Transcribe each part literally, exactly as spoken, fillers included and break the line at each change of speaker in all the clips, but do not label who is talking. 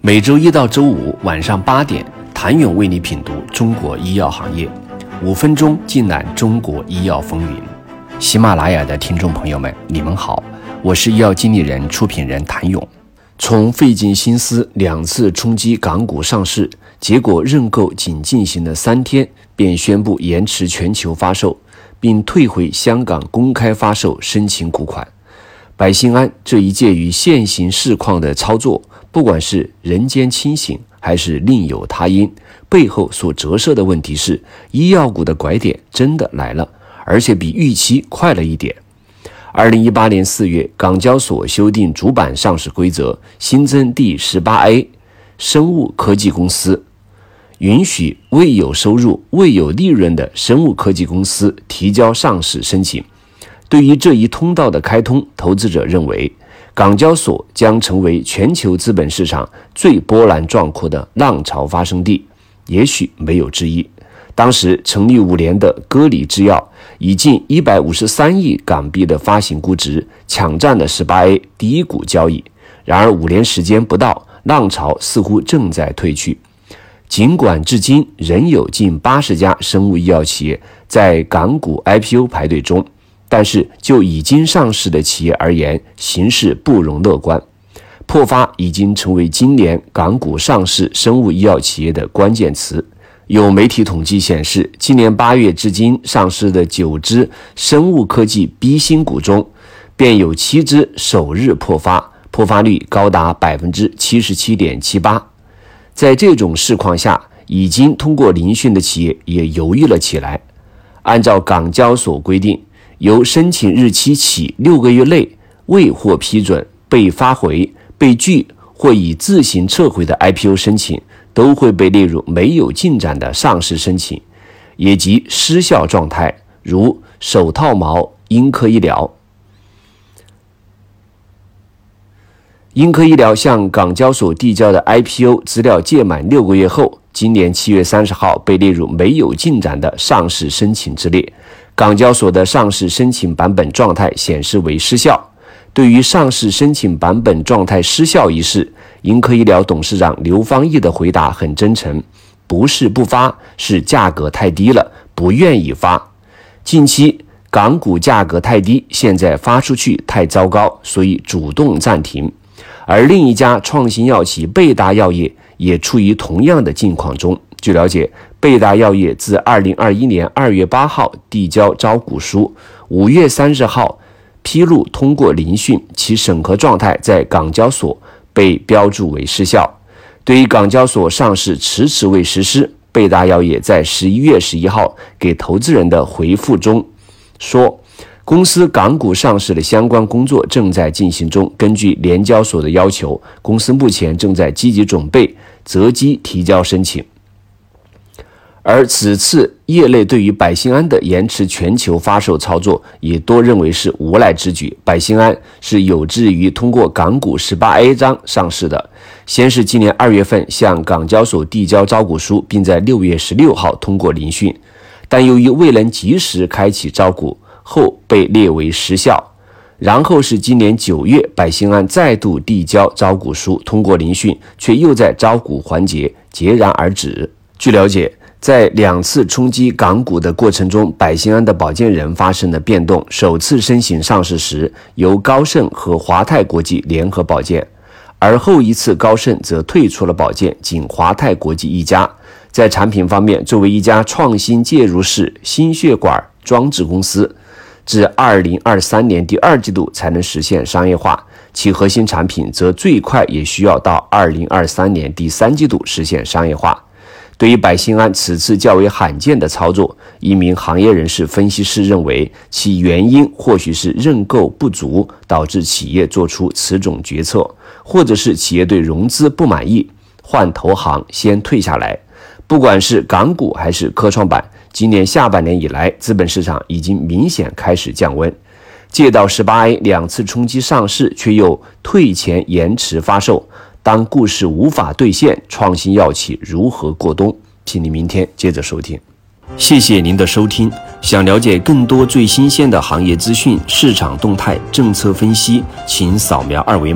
每周一到周五晚上八点，谭勇为你品读中国医药行业，五分钟尽览中国医药风云。喜马拉雅的听众朋友们，你们好，我是医药经理人、出品人谭勇。从费尽心思两次冲击港股上市，结果认购仅进行了三天，便宣布延迟全球发售，并退回香港公开发售申请股款。百兴安这一介于现行市况的操作，不管是人间清醒还是另有他因，背后所折射的问题是，医药股的拐点真的来了，而且比预期快了一点。二零一八年四月，港交所修订主板上市规则，新增第 十八 A 生物科技公司，允许未有收入、未有利润的生物科技公司提交上市申请。对于这一通道的开通，投资者认为港交所将成为全球资本市场最波澜壮阔的浪潮发生地，也许没有之一。当时成立五年的歌里制药以近一百五十三亿港币的发行估值抢占了 十八 A 第一股交易，然而五年时间不到，浪潮似乎正在退去。尽管至今仍有近八十家生物医药企业在港股 I P O 排队中，但是就已经上市的企业而言，形势不容乐观。破发已经成为今年港股上市生物医药企业的关键词。有媒体统计显示，今年八月至今上市的九只生物科技 B 新股中，便有七只首日破发，破发率高达 百分之七十七点七八。在这种市况下，已经通过聆讯的企业也犹豫了起来。按照港交所规定，由申请日期起六个月内未获批准、被发回、被拒或已自行撤回的 I P O 申请，都会被列入没有进展的上市申请，也即失效状态，如手套毛、英科医疗。英科医疗向港交所递交的 I P O 资料届满六个月后，今年七月三十号被列入没有进展的上市申请之列。港交所的上市申请版本状态显示为失效。对于上市申请版本状态失效一事，英科医疗董事长刘方毅的回答很真诚，不是不发，是价格太低了，不愿意发。近期港股价格太低，现在发出去太糟糕，所以主动暂停。而另一家创新药企贝达药业也处于同样的境况中。据了解，贝达药业自二零二一年二月八号递交招股书，五月三十号披露通过聆讯，其审核状态在港交所被标注为失效。对于港交所上市迟迟未实施，贝达药业在十一月十一号给投资人的回复中说，公司港股上市的相关工作正在进行中，根据联交所的要求，公司目前正在积极准备择机提交申请。而此次业内对于百兴安的延迟全球发售操作也多认为是无奈之举。百兴安是有志于通过港股 十八 A 章上市的，先是今年二月份向港交所递交招股书，并在六月十六号通过聆讯，但由于未能及时开启招股，后被列为失效。然后是今年九月，百兴安再度递交招股书，通过聆讯，却又在招股环节截然而止。据了解，在两次冲击港股的过程中，百兴安的保荐人发生了变动。首次申请上市时，由高盛和华泰国际联合保荐，而后一次高盛则退出了保荐，仅华泰国际一家。在产品方面，作为一家创新介入式心血管装置公司，至二零二三年第二季度才能实现商业化，其核心产品则最快也需要到二零二三年第三季度实现商业化。对于百兴安此次较为罕见的操作，一名行业人士分析师认为，其原因或许是认购不足导致企业做出此种决策，或者是企业对融资不满意，换投行先退下来。不管是港股还是科创板，今年下半年以来，资本市场已经明显开始降温。借到 十八 A 两次冲击上市，却又退前延迟发售，当故事无法兑现，创新药企如何过冬？请你明天接着收听。谢谢您的收听。想了解更多最新鲜的行业资讯、市场动态、政策分析，请扫描二维码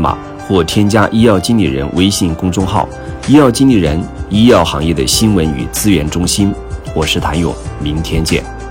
或添加医药经理人微信公众号“医药经理人”，医药行业的新闻与资源中心。我是谭勇，明天见。